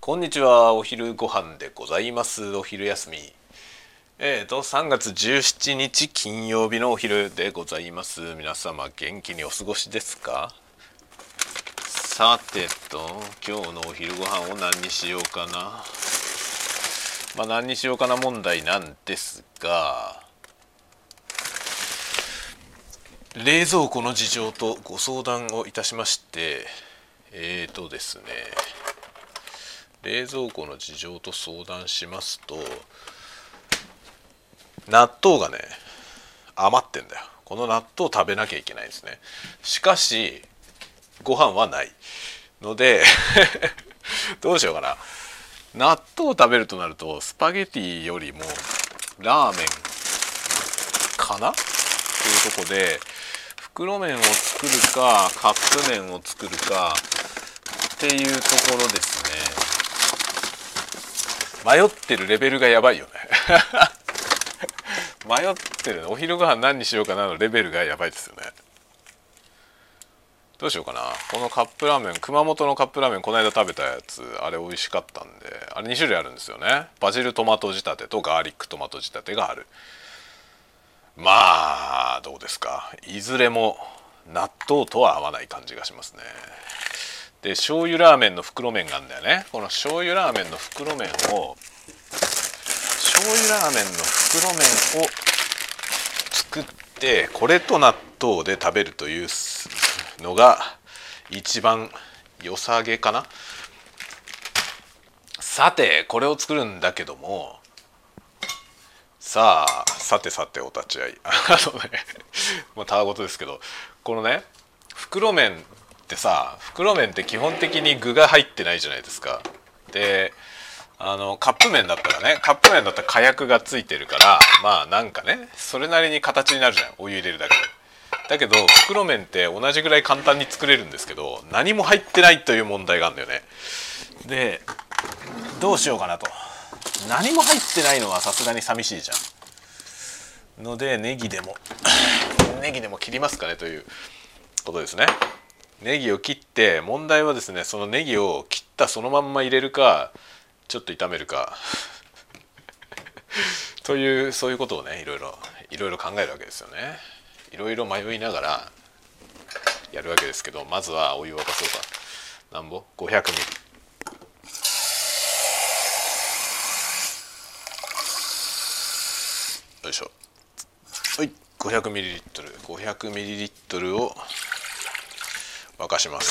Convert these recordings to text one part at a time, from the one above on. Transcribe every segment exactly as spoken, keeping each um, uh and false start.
こんにちは。お昼ご飯でございます。お昼休み。えーと、さんがつじゅうしちにち金曜日のお昼でございます。皆様元気にお過ごしですか？さてと、今日のお昼ご飯を何にしようかな。まあ何にしようかな問題なんですが、冷蔵庫の事情とご相談をいたしまして、えーとですね、冷蔵庫の事情と相談しますと、納豆がね余ってんだよ。この納豆食べなきゃいけないんですね。しかしご飯はないのでどうしようかな。納豆を食べるとなるとスパゲティよりもラーメンかなというとこで、袋麺を作るかカップ麺を作るかっていうところですね。迷ってるレベルがやばいよね迷ってる、お昼ご飯何にしようかなのレベルがやばいですよね。どうしようかな。このカップラーメン、熊本のカップラーメンこの間食べたやつ、あれ美味しかったんで、あれにしゅるいあるんですよね。バジルトマト仕立てとガーリックトマト仕立てがある。まあどうですか、いずれも納豆とは合わない感じがしますね。で、醤油ラーメンの袋麺があるんだよね。この醤油ラーメンの袋麺を醤油ラーメンの袋麺を作って、これと納豆で食べるというのが一番良さげかな。さてこれを作るんだけども、さあさてさてお立ち会いあのねまあたわごとですけど、このね袋麺ってさ、袋麺って基本的に具が入ってないじゃないですか。で、あのカップ麺だったらね、カップ麺だったら火薬がついてるから、まあなんかねそれなりに形になるじゃん、お湯入れるだけで。だけど袋麺って同じぐらい簡単に作れるんですけど、何も入ってないという問題があるんだよね。で、どうしようかなと。何も入ってないのはさすがに寂しいじゃんので、ネギでもネギでも切りますかねということですね。ネギを切って、問題はですね、そのネギを切ったそのまんま入れるかちょっと炒めるかという、そういうことをねいろいろいろいろ考えるわけですよね。いろいろ迷いながらやるわけですけど、まずはお湯を沸かそうか。なんぼ ごひゃくミリ。 よいしょ。はい、 ごひゃくミリリットル ごひゃくミリリットルを沸かします。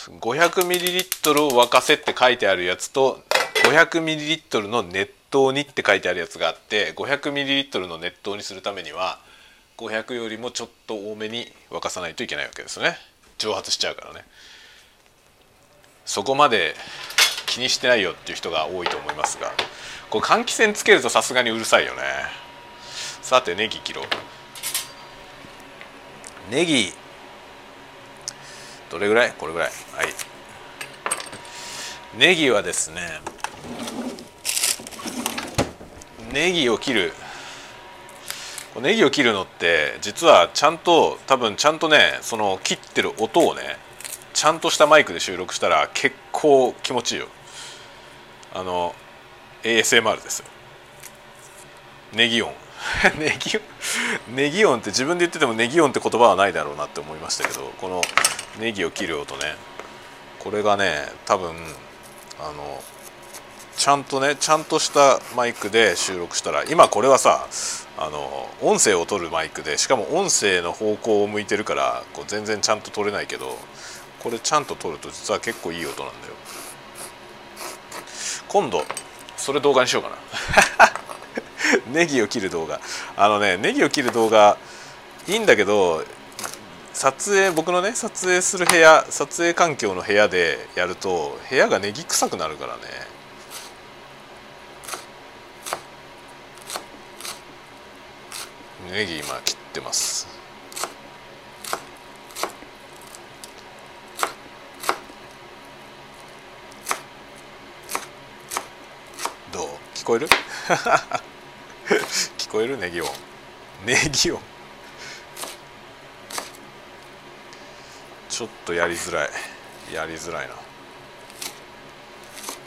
ごひゃくミリリットルを沸かせって書いてあるやつと ごひゃくミリリットルの熱湯にって書いてあるやつがあって、 ごひゃくミリリットルの熱湯にするためにはごひゃくよりもちょっと多めに沸かさないといけないわけですね。蒸発しちゃうからね。そこまで気にしてないよっていう人が多いと思いますが、これ換気扇つけるとさすがにうるさいよね。さてネギ切ろう。ネギどれぐらい？これぐらい。はい。ネギはですね、ネギを切るネギを切るのって実はちゃんと、多分ちゃんとね、その切ってる音をねちゃんとしたマイクで収録したら結構気持ちいいよ。あの エーエスエムアール ですよ。ネギ音ネギ音ネギ音って自分で言っててもネギ音って言葉はないだろうなって思いましたけど、このネギを切る音ね、これがね多分あのちゃんとねちゃんとしたマイクで収録したら、今これはさ、あの音声を取るマイクで、しかも音声の方向を向いてるからこう全然ちゃんと取れないけど、これちゃんと取ると実は結構いい音なんだよ。今度それ動画にしようかなネギを切る動画。あのねネギを切る動画いいんだけど、撮影僕のね撮影する部屋、撮影環境の部屋でやると部屋がネギ臭くなるからね。ネギ今切ってます。どう聞こえる聞こえる？ネギ音、ネギ音ちょっとやりづらいやりづらいな。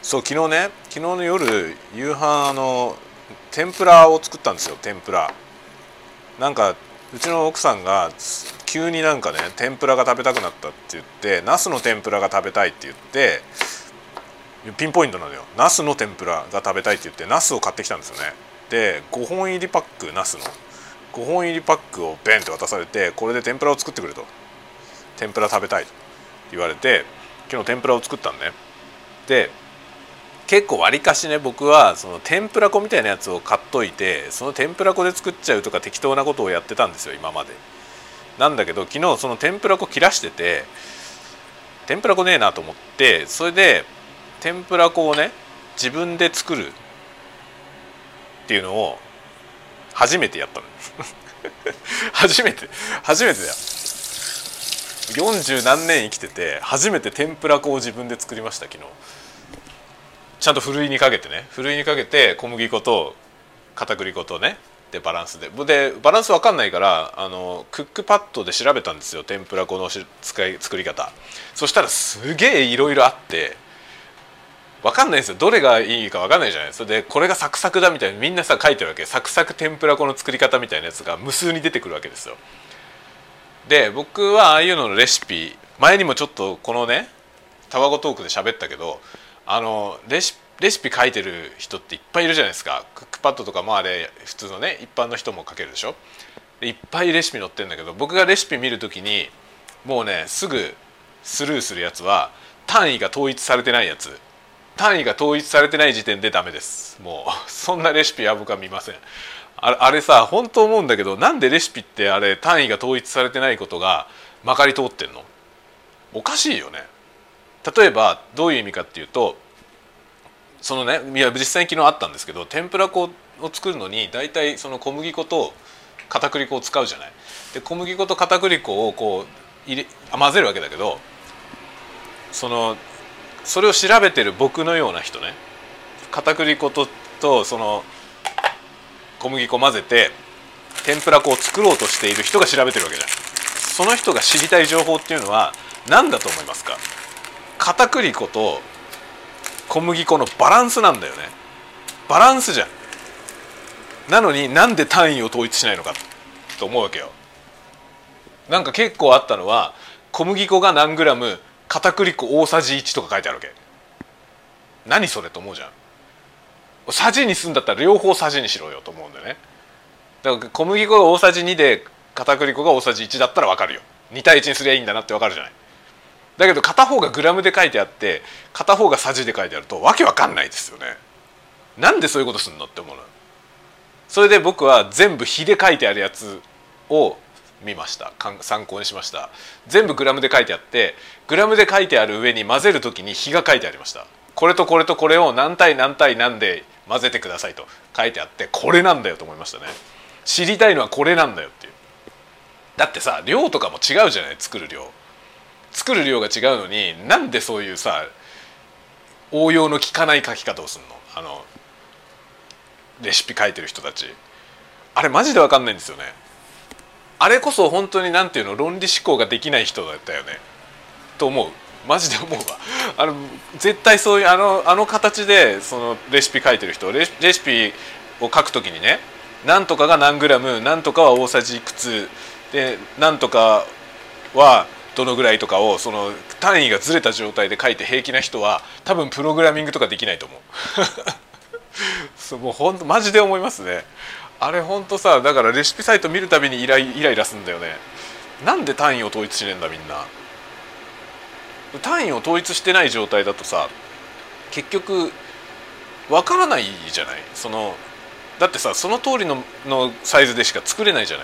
そう昨日ね昨日の夜夕飯あの天ぷらを作ったんですよ。天ぷらなんかうちの奥さんが急になんかね天ぷらが食べたくなったって言ってナスの天ぷらが食べたいって言ってピンポイントなのよ。ナスの天ぷらが食べたいって言ってナスを買ってきたんですよね。でごほん入りパックナスのごほん入りパックをベンって渡されてこれで天ぷらを作ってくれと天ぷら食べたいと言われて昨日天ぷらを作ったんね。で結構わりかしね僕はその天ぷら粉みたいなやつを買っといてその天ぷら粉で作っちゃうとか適当なことをやってたんですよ今まで。なんだけど昨日その天ぷら粉切らしてて天ぷら粉ねえなと思ってそれで天ぷら粉をね自分で作るっていうのを初めてやったの初めて初めてだよ。よんじゅう何年生きてて初めて天ぷら粉を自分で作りました昨日。ちゃんとふるいにかけてねふるいにかけて小麦粉と片栗粉とねでバランスででバランスわかんないからあのクックパッドで調べたんですよ天ぷら粉の使い作り方。そしたらすげえいろいろあってわかんないんですよ。どれがいいかわかんないじゃない。それでこれがサクサクだみたいなみんなさ書いてるわけ。サクサク天ぷら粉の作り方みたいなやつが無数に出てくるわけですよ。で僕はああいうののレシピ前にもちょっとこのねタワゴトークで喋ったけどあのレシレシピ書いてる人っていっぱいいるじゃないですか。クックパッドとかもあれ普通のね一般の人も書けるでしょ。でいっぱいレシピ載ってるんだけど僕がレシピ見るときにもうねすぐスルーするやつは単位が統一されてないやつ。単位が統一されてない時点でダメです。もうそんなレシピは僕は見ません。あれ、あれさ本当思うんだけどなんでレシピってあれ単位が統一されてないことがまかり通ってんの？おかしいよね。例えばどういう意味かっていうとそのねいや実際に昨日あったんですけど天ぷら粉を作るのにだいたいその小麦粉と片栗粉を使うじゃない。で小麦粉と片栗粉をこう入れ混ぜるわけだけどそのそれを調べてる僕のような人ね片栗粉ととその小麦粉混ぜて天ぷら粉を作ろうとしている人が調べてるわけじゃん。その人が知りたい情報っていうのは何だと思いますか？片栗粉と小麦粉のバランスなんだよね。バランスじゃん。なのになんで単位を統一しないのかと思うわけよ。なんか結構あったのは小麦粉が何グラム片栗粉大さじいちとか書いてあるわけ。何それと思うじゃん。さじにすんだったら両方さじにしろよと思うんだよね。だから小麦粉が大さじにで片栗粉が大さじいちだったら分かるよ。に対いちにすりゃいいんだなって分かるじゃない。だけど片方がグラムで書いてあって片方がさじで書いてあるとわけわかんないですよね。なんでそういうことすんのって思うの。それで僕は全部比で書いてあるやつを見ました。参考にしました。全部グラムで書いてあってグラムで書いてある上に混ぜるときに比が書いてありました。これとこれとこれを何対何対何で混ぜてくださいと書いてあってこれなんだよと思いましたね。知りたいのはこれなんだよっていう。だってさ量とかも違うじゃない。作る量作る量が違うのになんでそういうさ応用の効かない書き方をするの。あのレシピ書いてる人たちあれマジで分かんないんですよね。あれこそ本当になんていうの論理思考ができない人だったよねと思う。マジで思うわ。あの絶対そういうあのあの形でそのレシピ書いてる人レシレシピを書くときにねなんとかが何グラムなんとかは大さじいくつでなんとかはどのぐらいとかをその単位がずれた状態で書いて平気な人は多分プログラミングとかできないと思う。そうもう本当マジで思いますね。あれ本当さだからレシピサイト見るたびにイライイライラするんだよね。なんで単位を統一しねえんだみんな。単位を統一してない状態だとさ結局わからないじゃない。そのだってさその通り の, のサイズでしか作れないじゃない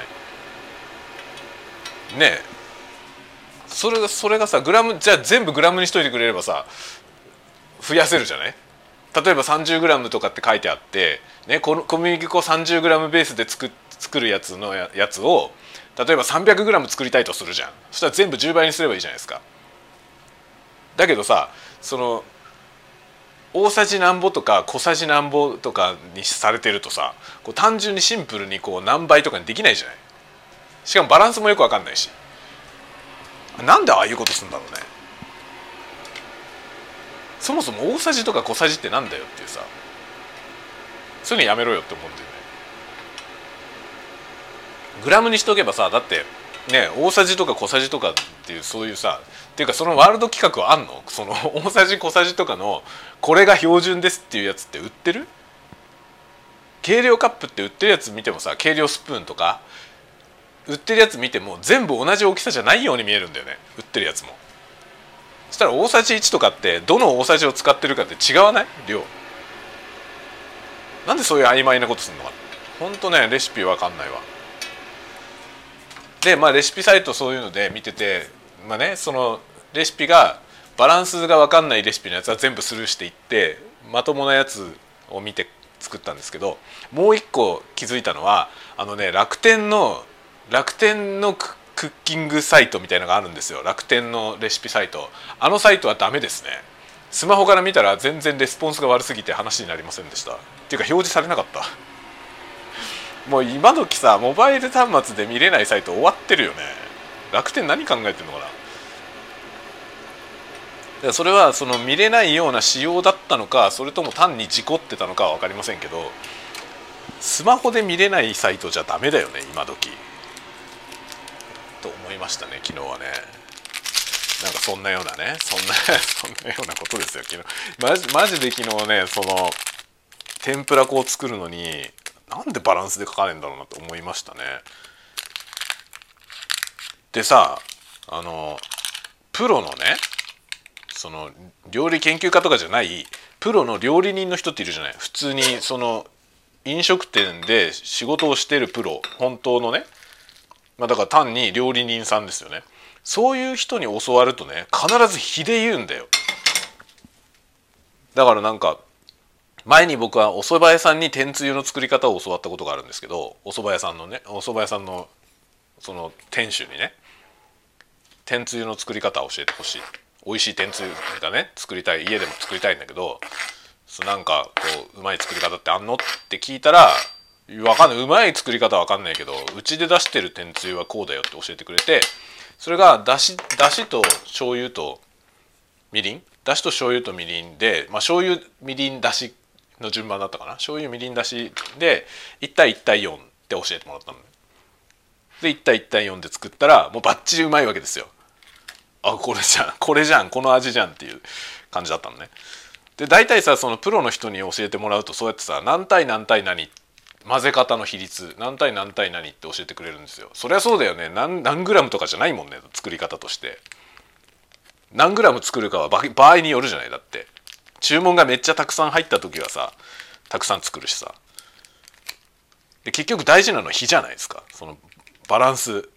ねえ。それがそれがさグラムじゃあ全部グラムにしといてくれればさ増やせるじゃない。例えば さんじゅうグラム とかって書いてあって、ね、小麦粉 さんじゅうグラム ベースで作作るやつの や, やつを例えば さんびゃくグラム 作りたいとするじゃん。そしたら全部じゅうばいにすればいいじゃないですか。だけどさその大さじなんぼとか小さじなんぼとかにされてるとさこう単純にシンプルにこう何倍とかにできないじゃない。しかもバランスもよく分かんないしなんでああいうことするんだろうね。 そもそも大さじとか小さじってなんだよっていうさ、そういうのやめろよって思うんだよね。グラムにしとけばさ、だってね、大さじとか小さじとかっていう、そういうさ、っていうかそのワールド企画はあんの？その大さじ小さじとかのこれが標準ですっていうやつって売ってる？計量カップって売ってるやつ見てもさ、計量スプーンとか売ってるやつ見ても全部同じ大きさじゃないように見えるんだよね、売ってるやつも。そしたら大さじいちとかってどの大さじを使ってるかって違わない？量。なんでそういう曖昧なことするのか。ほんとね、レシピわかんないわ。でまあレシピサイトそういうので見てて、まあね、そのレシピがバランスが分かんないレシピのやつは全部スルーしていって、まともなやつを見て作ったんですけど、もう一個気づいたのは、あのね、楽天の楽天のクッキングサイトみたいのがあるんですよ。楽天のレシピサイト。あのサイトはダメですね。スマホから見たら全然レスポンスが悪すぎて話になりませんでした。っていうか表示されなかった。もう今時さ、モバイル端末で見れないサイト終わってるよね。楽天何考えてんのかな。それはその見れないような仕様だったのか、それとも単に事故ってたのかは分かりませんけど、スマホで見れないサイトじゃダメだよね今時と思いましたね、昨日はね。なんかそんなようなね、そんなそんなようなことですよ昨日。マジマジで昨日ね、その天ぷら粉を作るのになんでバランスで書かねえんだろうなと思いましたね。でさ、あのプロのね、その料理研究家とかじゃないプロの料理人の人っているじゃない。普通にその飲食店で仕事をしてるプロ、本当のね、まあ、だから単に料理人さんですよね。そういう人に教わるとね、必ず比で言うんだよ。だからなんか前に僕はお蕎麦屋さんに天つゆの作り方を教わったことがあるんですけど、お蕎麦屋さんのね、お蕎麦屋さんのその店主にね、天つゆの作り方を教えてほしい。美味しい天つゆがね作りたい、家でも作りたいんだけど、なんかこううまい作り方ってあんのって聞いたら、わかんない、うまい作り方はわかんないけど、うちで出してる天つゆはこうだよって教えてくれて、それがだしだしと醤油とみりん、だしと醤油とみりんで、まあ醤油みりんだしの順番だったかな。醤油みりんだしでいち対いち対よんって教えてもらったので、いち対いち対よんで作ったらもうバッチリうまいわけですよ。あ、これじゃんこれじゃんこの味じゃんっていう感じだったのね。で大体さ、そのプロの人に教えてもらうと、そうやってさ、何対何対何、混ぜ方の比率何対何対何って教えてくれるんですよ。そりゃそうだよね。 何, 何グラムとかじゃないもんね、作り方として。何グラム作るかは場合によるじゃない。だって注文がめっちゃたくさん入った時はさ、たくさん作るしさ。で結局大事なのは比じゃないですか、そのバランス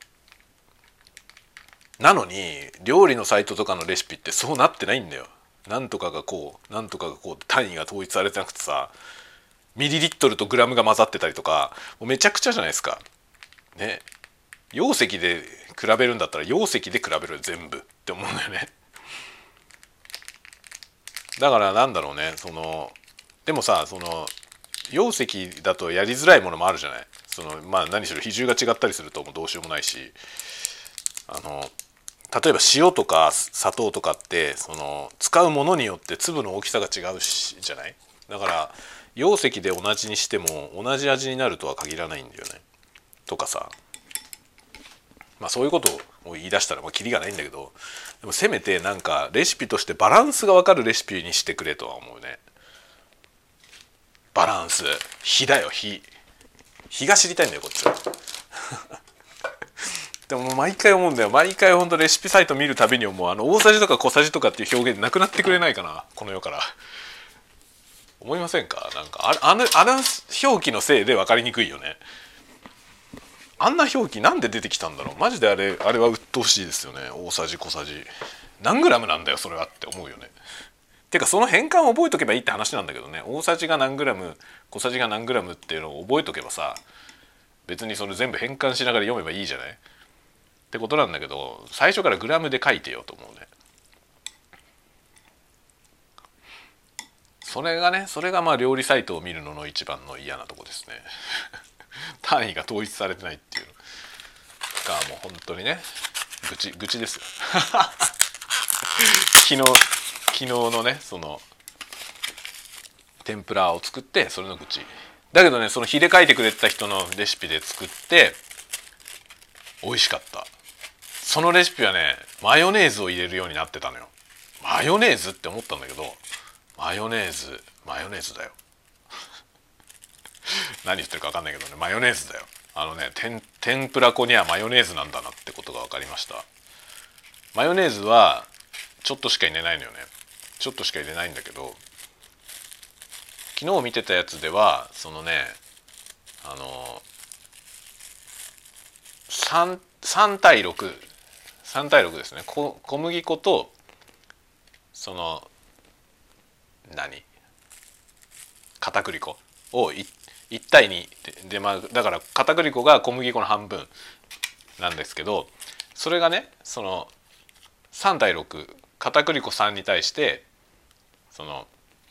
なのに。料理のサイトとかのレシピってそうなってないんだよ。なんとかがこうなんとかがこう単位が統一されてなくてさ、ミリリットルとグラムが混ざってたりとか、もうめちゃくちゃじゃないですかね。容積で比べるんだったら容積で比べる全部って思うんだよね。だからなんだろうね、そのでもさ、その容積だとやりづらいものもあるじゃない。そのまあ何しろ比重が違ったりするともうどうしようもないし、あの例えば塩とか砂糖とかってその使うものによって粒の大きさが違うしじゃない。だから容積で同じにしても同じ味になるとは限らないんだよねとかさ。まあそういうことを言い出したらまあキリがないんだけど、でもせめてなんかレシピとしてバランスが分かるレシピにしてくれとは思うね。バランス、比だよ、比。比が知りたいんだよこっちは。でも毎回思うんだよ。毎回ほんとレシピサイト見るたびに思う。あの大さじとか小さじとかっていう表現なくなってくれないかな、この世から。思いませんか。なんかあのあの表記のせいで分かりにくいよね。あんな表記なんで出てきたんだろう。マジであれあれは鬱陶しいですよね。大さじ小さじ何グラムなんだよそれはって思うよね。てかその変換を覚えとけばいいって話なんだけどね。大さじが何グラム小さじが何グラムっていうのを覚えとけばさ、別にそれ全部変換しながら読めばいいじゃないってことなんだけど、最初からグラムで書いてよと思うね。それがね、それがまあ料理サイトを見るのの一番の嫌なとこですね。単位が統一されてないっていうのがもう本当にね、愚痴愚痴ですよ。昨日昨昨日のねその天ぷらを作って、それの愚痴だけどね、その火で書いてくれた人のレシピで作って美味しかった。そのレシピはねマヨネーズを入れるようになってたのよ。マヨネーズって思ったんだけど、マヨネーズマヨネーズだよ何言ってるか分かんないけどね、マヨネーズだよ。あのね天天ぷら粉にはマヨネーズなんだなってことが分かりました。マヨネーズはちょっとしか入れないのよね。ちょっとしか入れないんだけど、昨日見てたやつではそのねあの 3, 3対63対ろくですね。こ小麦粉とその何片栗粉をいち対に で, で、まあ、だから片栗粉が小麦粉の半分なんですけど、それがねそのさん対ろく、片栗粉さんに対してその、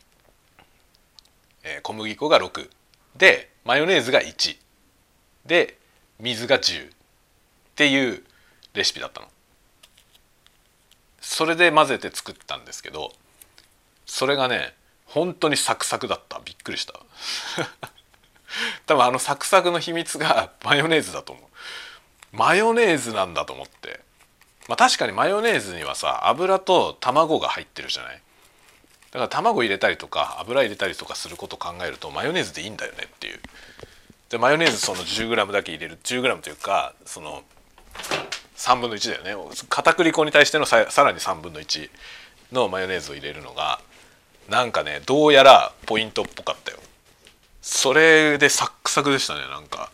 えー、小麦粉がろくでマヨネーズがいちで水がじゅうっていうレシピだったの。それで混ぜて作ったんですけど、それがね本当にサクサクだった。びっくりした多分あのサクサクの秘密がマヨネーズだと思う。マヨネーズなんだと思って、まあ確かにマヨネーズにはさ油と卵が入ってるじゃない。だから卵入れたりとか油入れたりとかすることを考えるとマヨネーズでいいんだよねっていう。でマヨネーズその じゅうグラム だけ入れる じゅうグラム というかそのさんぶんのいちだよね。片栗粉に対しての さ, さらにさんぶんのいちのマヨネーズを入れるのがなんかねどうやらポイントっぽかったよ。それでサックサクでしたね。なんか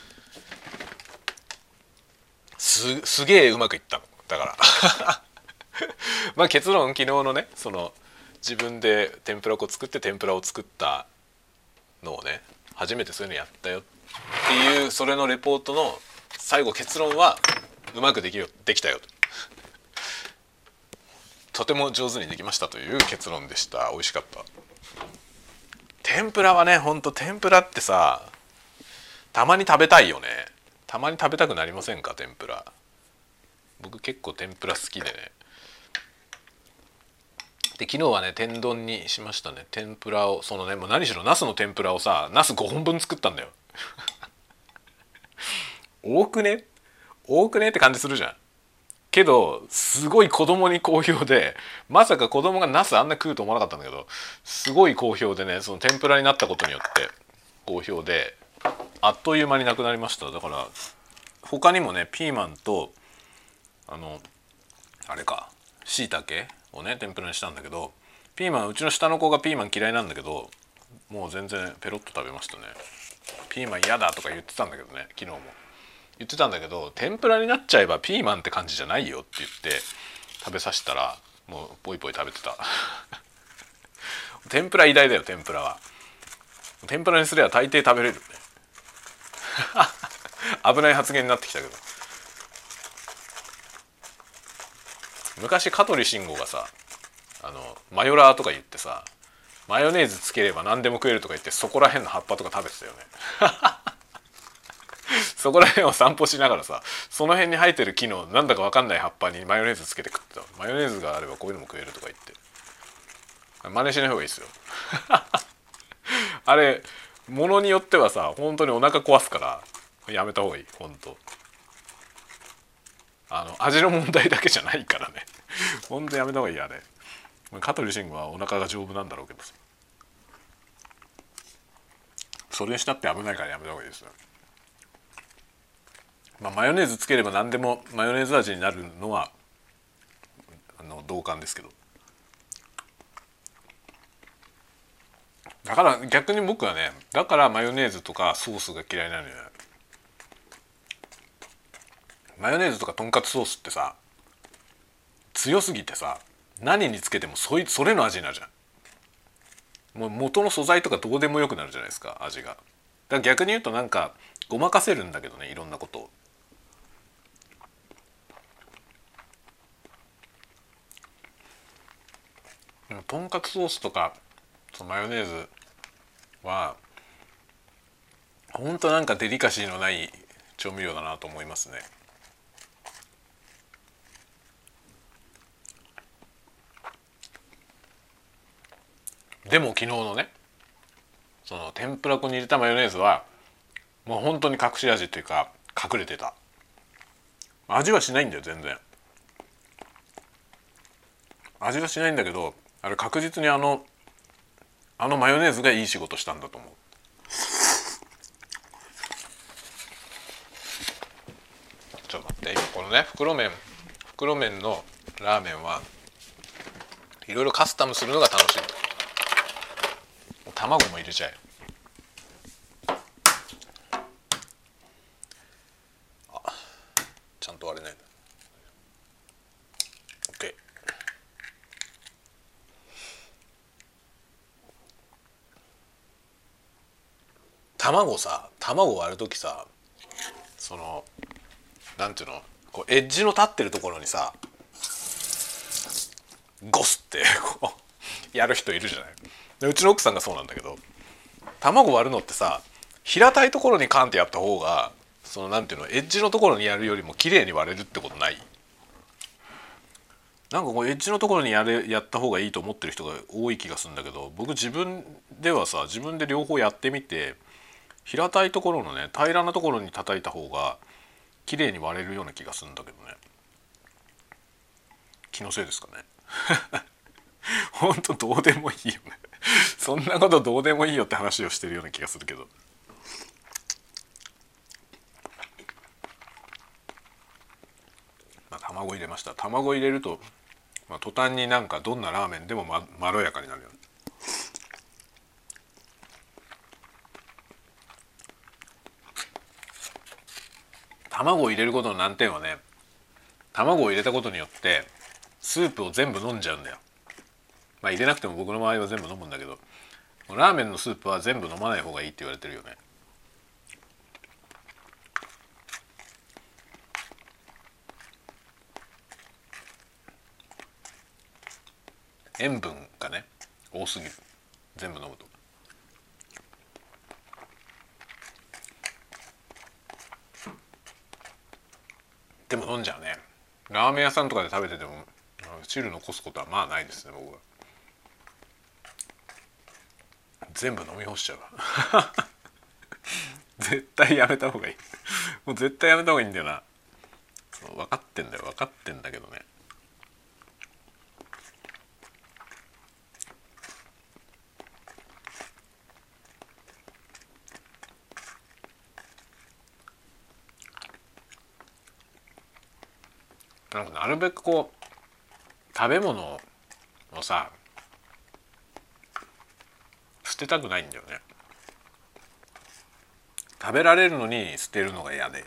す, すげえうまくいったのだからまあ結論昨日のねその自分で天ぷら粉作って天ぷらを作ったのをね初めてそういうのやったよっていう、それのレポートの最後結論はうまくできよできたよとても上手にできましたという結論でした。美味しかった。天ぷらはねほんと天ぷらってさたまに食べたいよね。たまに食べたくなりませんか天ぷら。僕結構天ぷら好きでね。で昨日はね天丼にしましたね。天ぷらをそのねもう何しろナスの天ぷらをさナスごほんぶん作ったんだよ多くね多くねって感じするじゃん。けどすごい子供に好評で、まさか子供がナスあんな食うと思わなかったんだけどすごい好評でね、その天ぷらになったことによって好評であっという間になくなりました。だから他にもねピーマンとあのあれかしいたけをね天ぷらにしたんだけど、ピーマンうちの下の子がピーマン嫌いなんだけどもう全然ペロッと食べましたね。ピーマン嫌だとか言ってたんだけどね、昨日も言ってたんだけど、天ぷらになっちゃえばピーマンって感じじゃないよって言って食べさせたらもうポイポイ食べてた天ぷら偉大だよ。天ぷらは天ぷらにすれば大抵食べれるね危ない発言になってきたけど、昔香取慎吾がさあのマヨラーとか言ってさマヨネーズつければ何でも食えるとか言ってそこら辺の葉っぱとか食べてたよねそこら辺を散歩しながらさその辺に生えてる木のなんだか分かんない葉っぱにマヨネーズつけて食ってた。マヨネーズがあればこういうのも食えるとか言って真似しない方がいいですよあれものによってはさ本当にお腹壊すからやめた方がいい。本当あの味の問題だけじゃないからね本当やめた方がいいやね。香取慎吾はお腹が丈夫なんだろうけどさ、それにしたって危ないからやめた方がいいですよ。まあ、マヨネーズつければ何でもマヨネーズ味になるのはあの同感ですけど、だから逆に僕はねだからマヨネーズとかソースが嫌いなのよ。マヨネーズとかとんかつソースってさ強すぎてさ何につけてもそいそれの味になるじゃん。もう元の素材とかどうでもよくなるじゃないですか味が。だから逆に言うとなんかごまかせるんだけどねいろんなことを。とんかつソースとかそのマヨネーズはほんとなんかデリカシーのない調味料だなと思いますね。 でも昨日のねその天ぷら粉に入れたマヨネーズはもう本当に隠し味っていうか隠れてた。味はしないんだよ全然。味はしないんだけどあれ確実にあのあのマヨネーズがいい仕事したんだと思う。ちょっと待って今このね袋麺袋麺のラーメンはいろいろカスタムするのが楽しい。卵も入れちゃえ。あちゃんと割れないんだ。 OK。 卵さ卵割るときさそのなんていうのこうエッジの立ってるところにさゴスってこうやる人いるじゃない。でうちの奥さんがそうなんだけど卵割るのってさ平たいところにカンってやった方がそのなんていうのエッジのところにやるよりも綺麗に割れるってことない？なんかこうエッジのところにやれやった方がいいと思ってる人が多い気がするんだけど僕自分ではさ自分で両方やってみて平たいところのね平らなところに叩いた方が綺麗に割れるような気がするんだけどね。気のせいですかね。ほんとどうでもいいよね。そんなことどうでもいいよって話をしてるような気がするけど。まあ、卵入れました。卵入れると、まあ、途端になんかどんなラーメンでも、ま、まろやかになるよね。卵を入れることの難点はね卵を入れたことによってスープを全部飲んじゃうんだよ。まあ入れなくても僕の場合は全部飲むんだけどラーメンのスープは全部飲まない方がいいって言われてるよね。塩分がね多すぎる全部飲むと。でも飲んじゃうね。ラーメン屋さんとかで食べてても汁残すことはまあないですね僕は。全部飲み干しちゃう。絶対やめた方がいい。もう絶対やめた方がいいんだよな。そう分かってんだよ分かってんだけどね。なんかなるべくこう食べ物をさ捨てたくないんだよね。食べられるのに捨てるのが嫌で。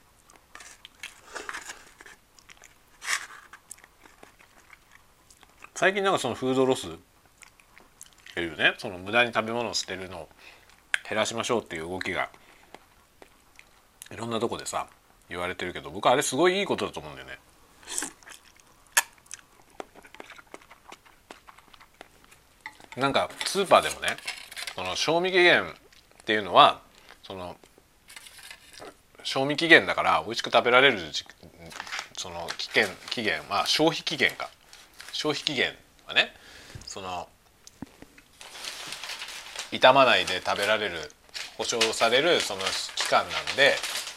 最近なんかそのフードロスっていうねその無駄に食べ物を捨てるのを減らしましょうっていう動きがいろんなとこでさ言われてるけど僕あれすごいいいことだと思うんだよね。なんかスーパーでもねその賞味期限っていうのはその賞味期限だから美味しく食べられるその期限期限まあ消費期限か消費期限はねその傷まないで食べられる保証されるその期間なんで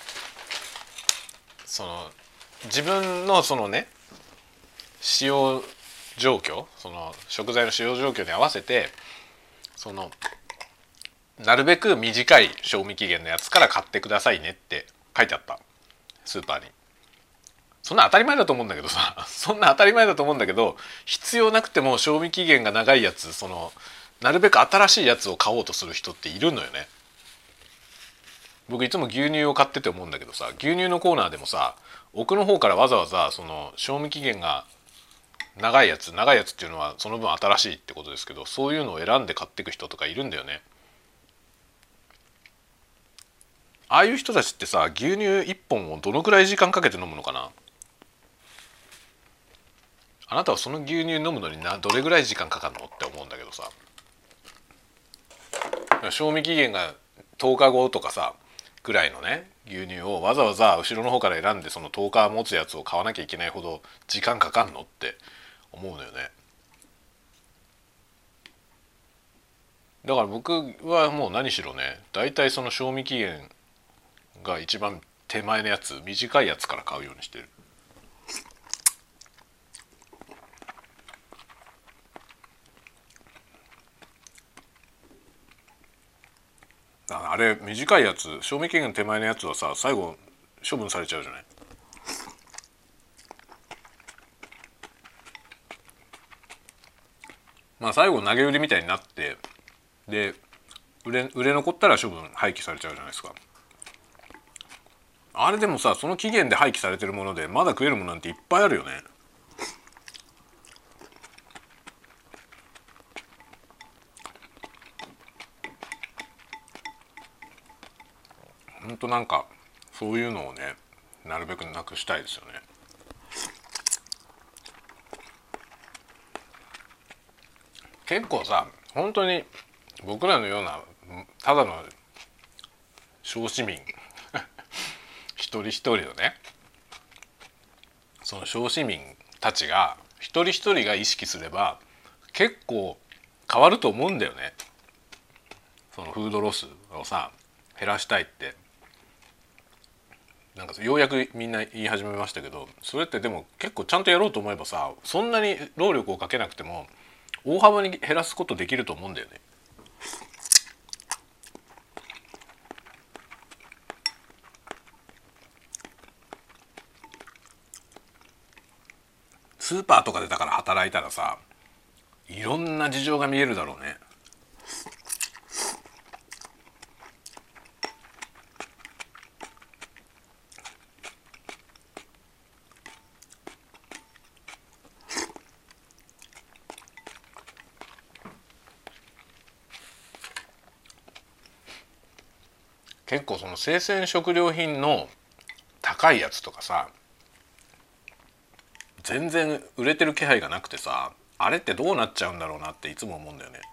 その自分のそのね使用状況その食材の使用状況に合わせてそのなるべく短い賞味期限のやつから買ってくださいねって書いてあったスーパーに。そんな当たり前だと思うんだけどさそんな当たり前だと思うんだけど必要なくても賞味期限が長いやつそのなるべく新しいやつを買おうとする人っているのよね。僕いつも牛乳を買ってて思うんだけどさ牛乳のコーナーでもさ奥の方からわざわざその賞味期限が長いやつ長いやつっていうのはその分新しいってことですけどそういうのを選んで買っていく人とかいるんだよね。ああいう人たちってさ牛乳いっぽんをどのくらい時間かけて飲むのかな。あなたはその牛乳飲むのになどれぐらい時間かかるのって思うんだけどさ賞味期限がとおかごとかさぐらいのね牛乳をわざわざ後ろの方から選んでそのとおか持つやつを買わなきゃいけないほど時間かかんのって思うのよね。 だから僕はもう何しろね、だいたいその賞味期限が一番手前のやつ、短いやつから買うようにしてる。あれ短いやつ、賞味期限手前のやつはさ、最後処分されちゃうじゃない。まあ最後投げ売りみたいになって、で売れ売れ残ったら処分廃棄されちゃうじゃないですか。あれでもさ、その期限で廃棄されてるものでまだ食えるものなんていっぱいあるよね。ほんとなんかそういうのをね、なるべくなくしたいですよね。結構さ、本当に僕らのようなただの小市民一人一人のね、その小市民たちが一人一人が意識すれば結構変わると思うんだよね。そのフードロスをさ減らしたいって、なんかようやくみんな言い始めましたけど、それってでも結構ちゃんとやろうと思えばさ、そんなに労力をかけなくても大幅に減らすことできると思うんだよね。スーパーとかでだから働いたらさ、いろんな事情が見えるだろうね。結構その生鮮食料品の高いやつとかさ、全然売れてる気配がなくてさ、あれってどうなっちゃうんだろうなっていつも思うんだよね。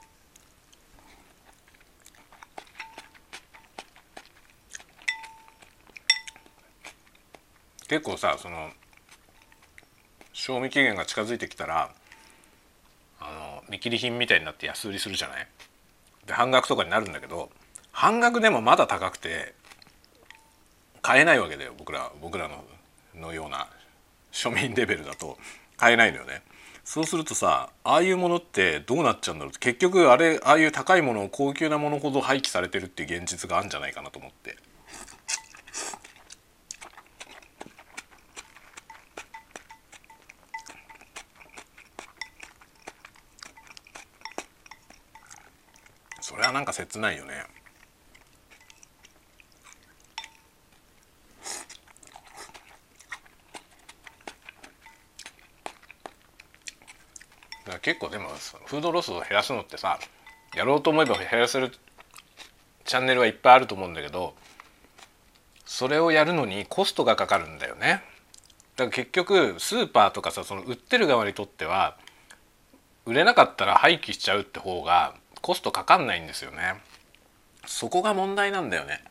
結構さ、その賞味期限が近づいてきたら、あの見切り品みたいになって安売りするじゃない。で半額とかになるんだけど、半額でもまだ高くて買えないわけだよ。僕ら僕らののような庶民レベルだと買えないのよね。そうするとさ、ああいうものってどうなっちゃうんだろうって、結局あれ、ああいう高いもの、高級なものほど廃棄されてるっていう現実があるんじゃないかなと思って。それはなんか切ないよね。だから結構でもフードロスを減らすのってさ、やろうと思えば減らせるチャンネルはいっぱいあると思うんだけど、それをやるのにコストがかかるんだよね。だから結局スーパーとかさ、その売ってる側にとっては売れなかったら廃棄しちゃうって方がコストかかんないんですよね。そこが問題なんだよね。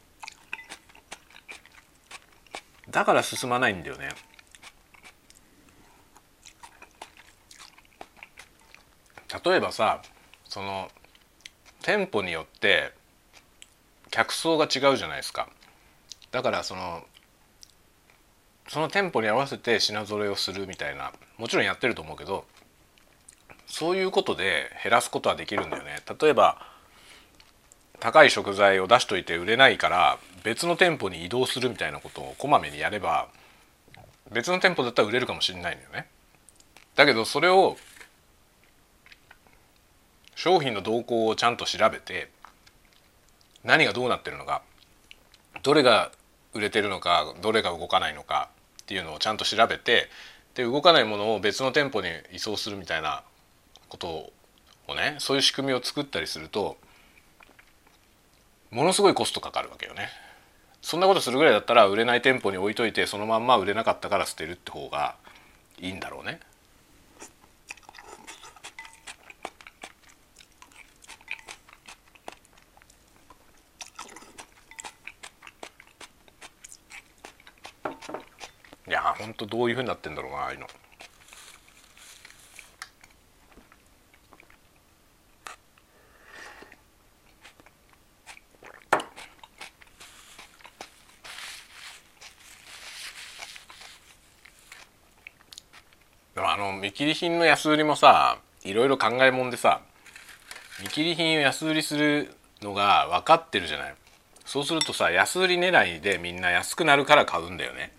だから進まないんだよね。例えばさ、その店舗によって客層が違うじゃないですか。だからそのその店舗に合わせて品揃えをするみたいな、もちろんやってると思うけど、そういうことで減らすことはできるんだよね。例えば高い食材を出しといて売れないから別の店舗に移動するみたいなことをこまめにやれば、別の店舗だったら売れるかもしれないのよね。だけどそれを商品の動向をちゃんと調べて、何がどうなってるのか、どれが売れてるのか、どれが動かないのかっていうのをちゃんと調べて、で動かないものを別の店舗に移送するみたいなことをね、そういう仕組みを作ったりするとものすごいコストかかるわけよね。そんなことするぐらいだったら売れない店舗に置いといて、そのまんま売れなかったから捨てるって方がいいんだろうね。いやほんとどういう風になってんだろうな、ああいうの。 の見切り品の安売りもさ、いろいろ考えもんでさ、見切り品を安売りするのが分かってるじゃない。そうするとさ、安売り狙いでみんな安くなるから買うんだよね。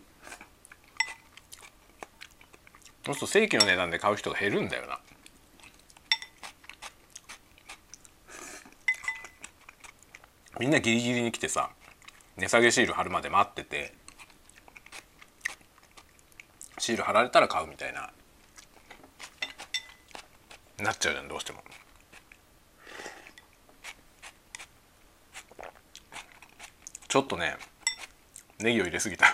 そうすると正規の値段で買う人が減るんだよな。みんなギリギリに来てさ、値下げシール貼るまで待ってて、シール貼られたら買うみたいななっちゃうじゃん、どうしても。ちょっとね、ネギを入れすぎた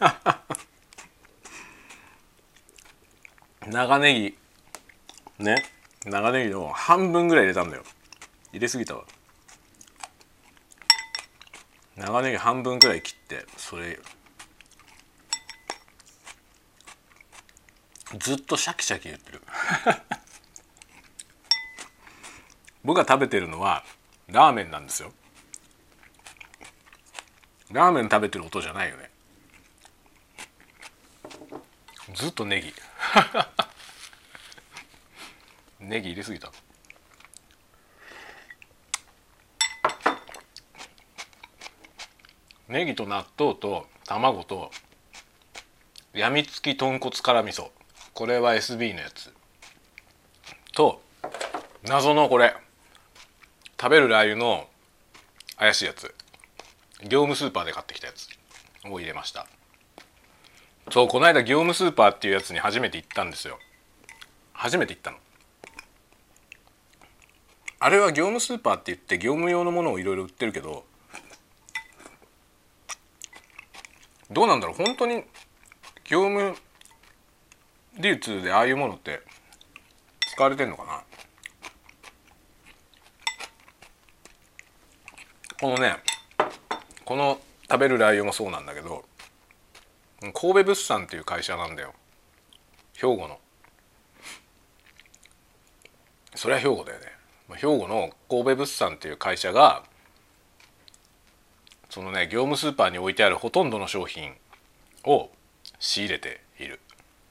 長ネギね、長ネギの半分ぐらい入れたんだよ。入れすぎたわ。長ネギ半分くらい切って、それずっとシャキシャキ言ってる僕が食べてるのはラーメンなんですよ。ラーメン食べてる音じゃないよね。ずっとネギネギ入れすぎた。ネギと納豆と卵とやみつき豚骨辛味噌、これは エスビー のやつと、謎のこれ食べるラー油の怪しいやつ、業務スーパーで買ってきたやつを入れました。そう、この間業務スーパーっていうやつに初めて行ったんですよ。初めて行ったの。あれは業務スーパーって言って業務用のものをいろいろ売ってるけど、どうなんだろう、本当に業務流通でああいうものって使われてんのかな。このね、この食べるラー油もそうなんだけど、神戸物産っていう会社なんだよ、兵庫の。それは兵庫だよね。兵庫の神戸物産っていう会社が、そのね、業務スーパーに置いてあるほとんどの商品を仕入れている。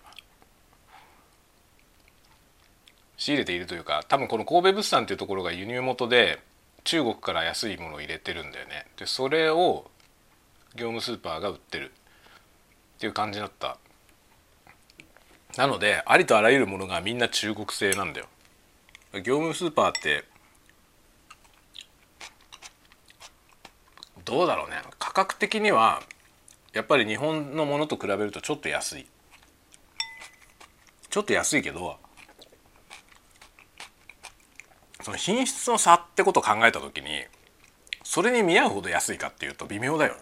仕入れているというか、多分この神戸物産っていうところが輸入元で中国から安いものを入れてるんだよね。でそれを業務スーパーが売ってるっていう感じだった。なのでありとあらゆるものがみんな中国製なんだよ。業務スーパーってどうだろうね、価格的にはやっぱり日本のものと比べるとちょっと安いちょっと安いけど、その品質の差ってことを考えた時にそれに見合うほど安いかっていうと微妙だよね。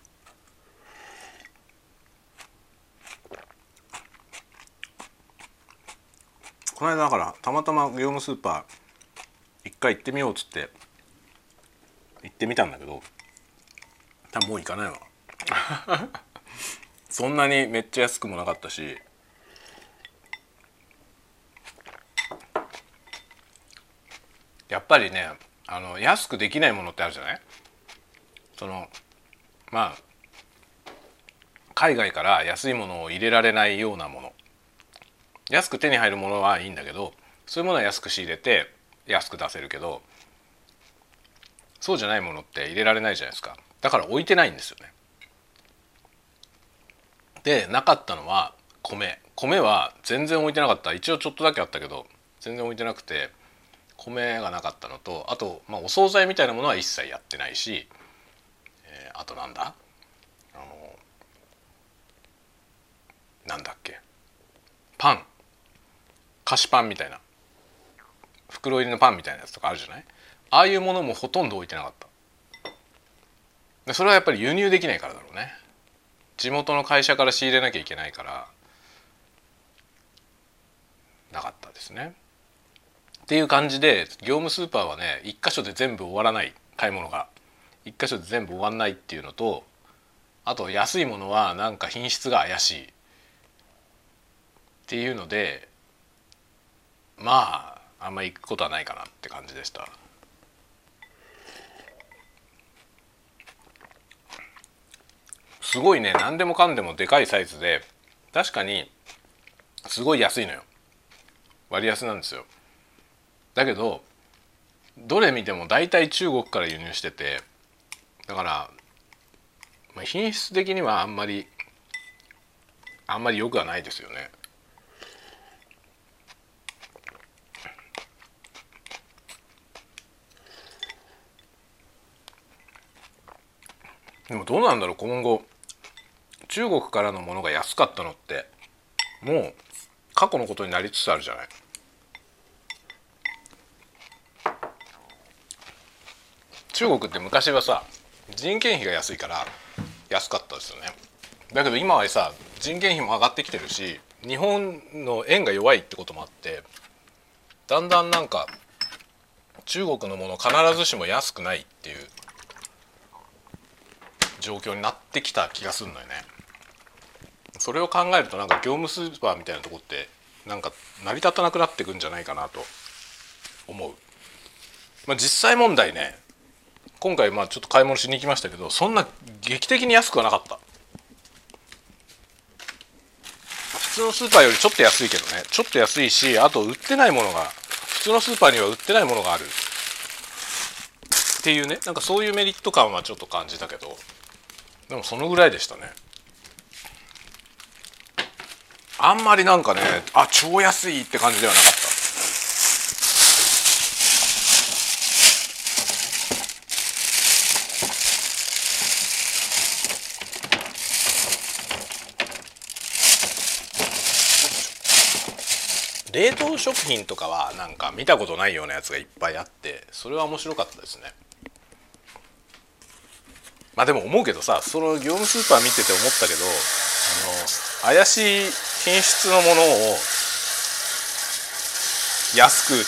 この間だからたまたま業務スーパー一回行ってみようっつって行ってみたんだけど、多分もう行かないわそんなにめっちゃ安くもなかったし、やっぱりね、あの安くできないものってあるじゃない。そのまあ海外から安いものを入れられないようなもの、安く手に入るものはいいんだけど、そういうものは安く仕入れて安く出せるけど、そうじゃないものって入れられないじゃないですか。だから置いてないんですよね。でなかったのは米米は全然置いてなかった。一応ちょっとだけあったけど全然置いてなくて、米がなかったのと、あと、まあ、お惣菜みたいなものは一切やってないし、えー、あとなんだあのなんだっけパン、菓子パンみたいな袋入りのパンみたいなやつとかあるじゃない。ああいうものもほとんど置いてなかった。でそれはやっぱり輸入できないからだろうね。地元の会社から仕入れなきゃいけないからなかったですね。っていう感じで業務スーパーはね、一箇所で全部終わらない、買い物が一箇所で全部終わんないっていうのと、あと安いものはなんか品質が怪しいっていうので、まああんま行くことはないかなって感じでした。すごいね、何でもかんでもでかいサイズで確かにすごい安いのよ。 割安なんですよ。だけどどれ見ても大体中国から輸入してて、だから、まあ、品質的にはあんまりあんまり良くはないですよね。でもどうなんだろう、今後中国からのものが安かったのってもう過去のことになりつつあるじゃない。中国って昔はさ、人件費が安いから安かったですよね。だけど今はさ、人件費も上がってきてるし、日本の円が弱いってこともあって、だんだんなんか中国のもの必ずしも安くないっていう状況になってきた気がするのよね。それを考えるとなんか業務スーパーみたいなとこってなんか成り立たなくなってくんじゃないかなと思う。まあ、実際問題ね、今回まあちょっと買い物しに行きましたけど、そんな劇的に安くはなかった。普通のスーパーよりちょっと安いけどね、ちょっと安いし、あと売ってないものが普通のスーパーには売ってないものがあるっていうね、なんかそういうメリット感はちょっと感じたけど、でもそのぐらいでしたね。あんまりなんかね、あ、超安いって感じではなかった。冷凍食品とかはなんか見たことないようなやつがいっぱいあって、それは面白かったですね。まあでも思うけどさ、その業務スーパー見てて思ったけど、あの怪しい品質のものを安く売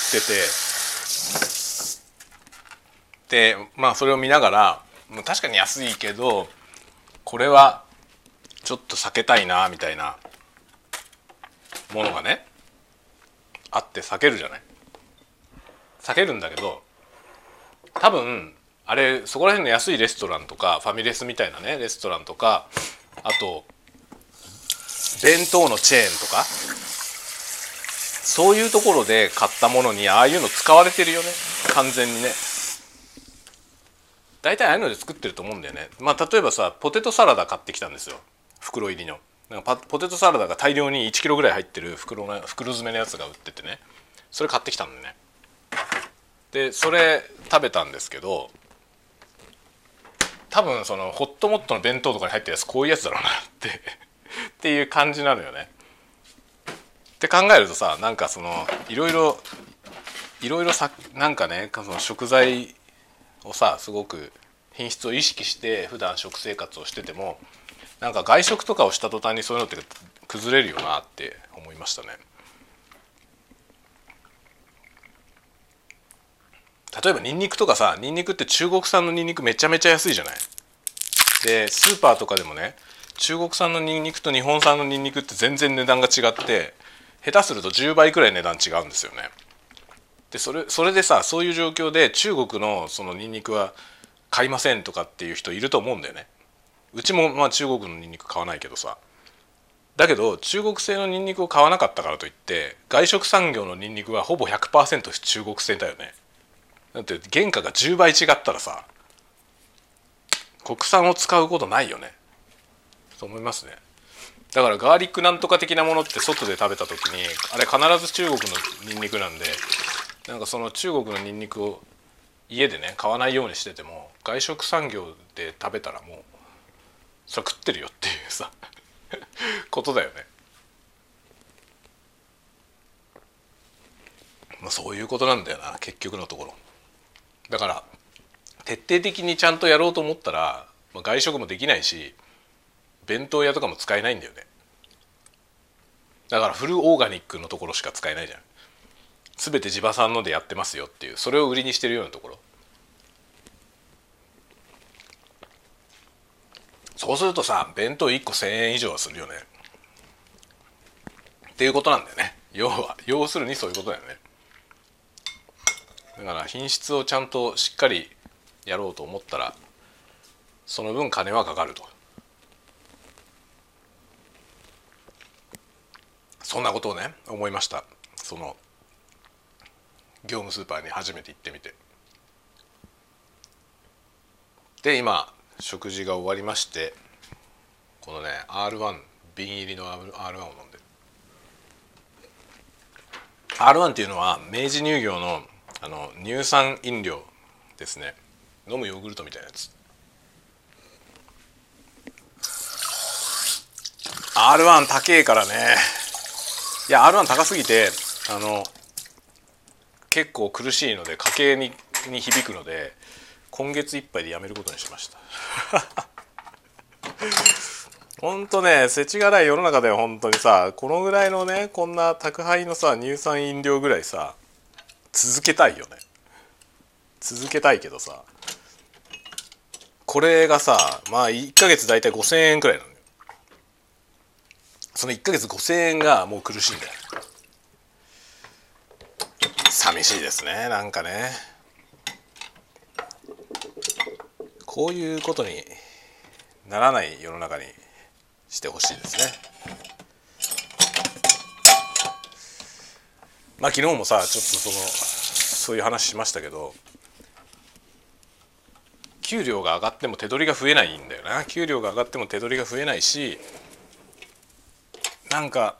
ってて、でまあそれを見ながら、確かに安いけどこれはちょっと避けたいなみたいなものがねあって避けるじゃない。避けるんだけど、多分あれそこら辺の安いレストランとかファミレスみたいなねレストランとか、あと弁当のチェーンとか、そういうところで買ったものにああいうの使われてるよね、完全にね。大体ああいうので作ってると思うんだよね。まあ例えばさ、ポテトサラダ買ってきたんですよ、袋入りの。なんかポテトサラダが大量にいちキロぐらい入ってる袋の袋詰めのやつが売っててね、それ買ってきたんだよね。でそれ食べたんですけど、多分そのホットモットの弁当とかに入ってるやつこういうやつだろうなってっていう感じなのよね。って考えるとさ、なんかそのいろいろいろいろさ、なんかね、その食材をさすごく品質を意識して普段食生活をしてても、なんか外食とかをした途端にそういうのって崩れるよなって思いましたね。例えばニンニクとかさ、ニンニクって中国産のニンニクめちゃめちゃ安いじゃない。でスーパーとかでもね、中国産のニンニクと日本産のニンニクって全然値段が違って、下手するとじゅうばいくらい値段違うんですよね。でそれそれでさ、そういう状況で中国のそのニンニクは買いませんとかっていう人いると思うんだよね。うちもまあ中国のニンニク買わないけどさ。だけど中国製のニンニクを買わなかったからといって外食産業のニンニクはほぼ ひゃくパーセント 中国製だよね。だって原価がじゅうばい違ったらさ、国産を使うことないよねと思いますね。だからガーリックなんとか的なものって外で食べた時にあれ必ず中国のニンニクなんで、なんかその中国のニンニクを家でね買わないようにしてても、外食産業で食べたらもうそれ食ってるよっていうさことだよね。まあそういうことなんだよな結局のところ。だから徹底的にちゃんとやろうと思ったら、まあ、外食もできないし弁当屋とかも使えないんだよね。だからフルオーガニックのところしか使えないじゃん。全て地場産のでやってますよっていう、それを売りにしてるようなところ。そうするとさ、弁当いっこせんえん以上はするよねっていうことなんだよね。要は要するにそういうことだよね。だから品質をちゃんとしっかりやろうと思ったらその分金はかかると、そんなことをね思いました。その業務スーパーに初めて行ってみて、で今食事が終わりまして、このね アールワン 瓶入りの アールワン を飲んでる。 アールワン っていうのは明治乳業のあの乳酸飲料ですね。飲むヨーグルトみたいなやつ。 アールワン 高えからね。いや アールワン 高すぎてあの結構苦しいので、家計にに響くので、今月いっぱいでやめることにしました。ほんとね、世知辛い世の中では本当にさ、このぐらいのね、こんな宅配のさ乳酸飲料ぐらいさ続けたいよね。続けたいけどさ、これがさ、まあいっかげつだいたいごせんえんくらいなのよ。そのいっかげつごせんえんがもう苦しいんだよ。寂しいですね、なんかね。こういうことにならない世の中にしてほしいですね。まあ昨日もさちょっとそのそういう話しましたけど、給料が上がっても手取りが増えないんだよな。給料が上がっても手取りが増えないし、なんか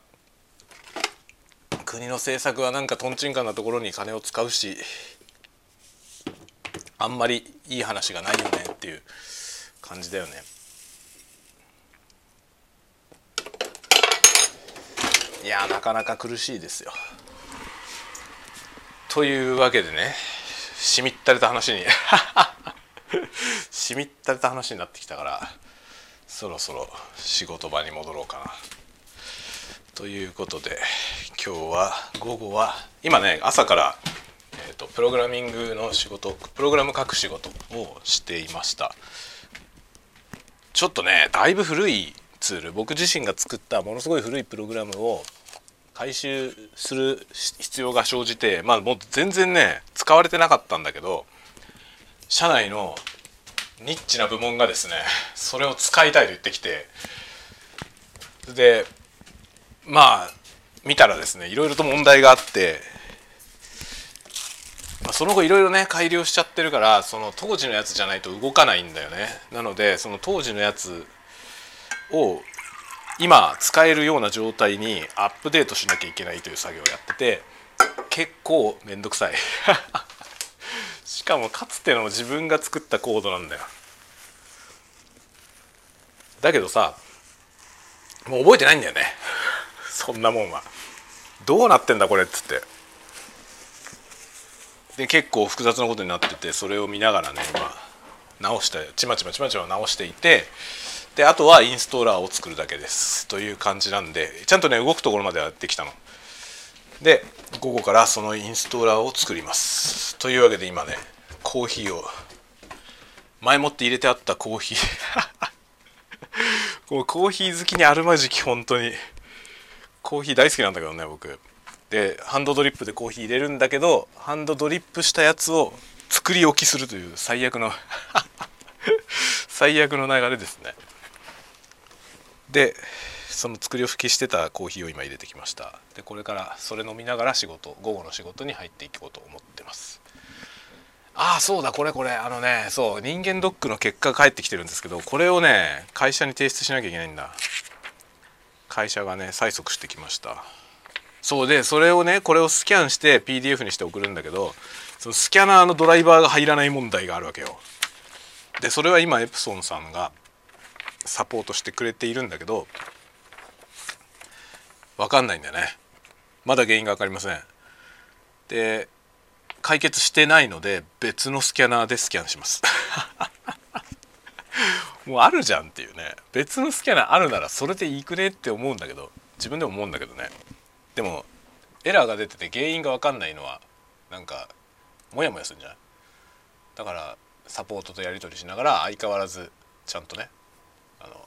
国の政策はなんかとんちんかんなところに金を使うし、あんまりいい話がないよねっていう感じだよね。いやなかなか苦しいですよ。というわけでね、しみったれた話にしみったれた話になってきたから、そろそろ仕事場に戻ろうかなということで、今日は午後は今ね朝から、えーと、プログラミングの仕事、プログラム書く仕事をしていました。ちょっとねだいぶ古いツール、僕自身が作ったものすごい古いプログラムを回収する必要が生じて、まあもう全然ね使われてなかったんだけど、社内のニッチな部門がですねそれを使いたいと言ってきて、でまあ見たらですねいろいろと問題があって、まあ、その後いろいろね改良しちゃってるから、その当時のやつじゃないと動かないんだよね。なのでその当時のやつを今使えるような状態にアップデートしなきゃいけないという作業をやってて、結構めんどくさいしかもかつての自分が作ったコードなんだよ。だけどさもう覚えてないんだよねそんなもんは。どうなってんだこれっつって、で結構複雑なことになってて、それを見ながらね今直してちまちまちまちま直していて、であとはインストーラーを作るだけですという感じなんで、ちゃんとね動くところまではできたので、午後からそのインストーラーを作ります。というわけで今ねコーヒーを前もって入れてあったコーヒーこうコーヒー好きにあるまじき、本当にコーヒー大好きなんだけどね僕。でハンドドリップでコーヒー入れるんだけど、ハンドドリップしたやつを作り置きするという最悪の最悪の流れですね。でその作り置きしてたコーヒーを今入れてきました。でこれからそれ飲みながら仕事、午後の仕事に入っていこうと思ってます。ああそうだ、これこれあのね、そう人間ドックの結果が返ってきてるんですけど、これをね会社に提出しなきゃいけないんだ。会社がね催促してきました。そうでそれをねこれをスキャンして ピーディーエフ にして送るんだけど、そのスキャナーのドライバーが入らない問題があるわけよ。でそれは今エプソンさんがサポートしてくれているんだけど、分かんないんだよね。まだ原因が分かりません。で解決してないので別のスキャナーでスキャンしますもうあるじゃんっていうね、別のスキャナーあるならそれでいいくねって思うんだけど、自分でも思うんだけどね。でもエラーが出てて原因が分かんないのはなんかモヤモヤするんじゃない。だからサポートとやり取りしながら相変わらずちゃんとねあの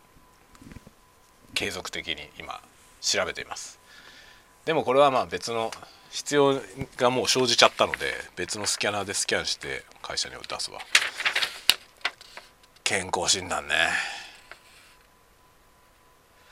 継続的に今調べています。でもこれはまあ別の必要がもう生じちゃったので別のスキャナーでスキャンして会社に出すわ。健康診断ね、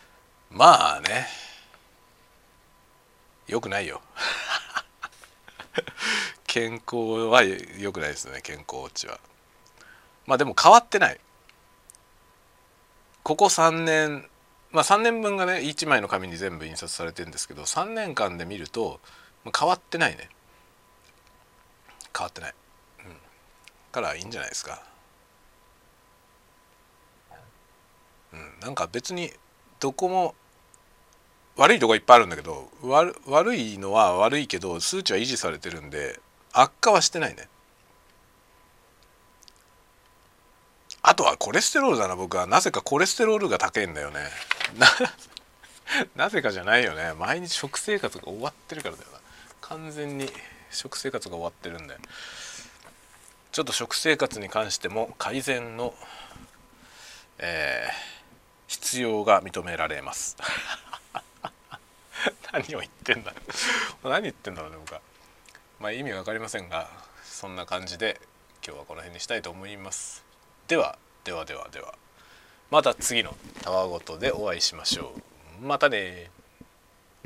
まあねよくないよ健康は良くないですね、健康値は。まあでも変わってない。ここさんねん、まあさんねんぶんがねいちまいの紙に全部印刷されてるんですけど、さんねんかんで見ると変わってないね。変わってない、うん、からいいんじゃないですか。うん、なんか別にどこも悪いとこいっぱいあるんだけど、悪悪いのは悪いけど数値は維持されてるんで悪化はしてないね。あとはコレステロールだな。僕はなぜかコレステロールが高いんだよね。ななぜかじゃないよね。毎日食生活が終わってるからだよな。完全に食生活が終わってるんで、ちょっと食生活に関しても改善の、えー、必要が認められます。何を言ってんだ何言ってんだろうね僕は。まあ意味わかりませんが、そんな感じで今日はこの辺にしたいと思います。ではではではでは、また次のたわごとでお会いしましょう。またね。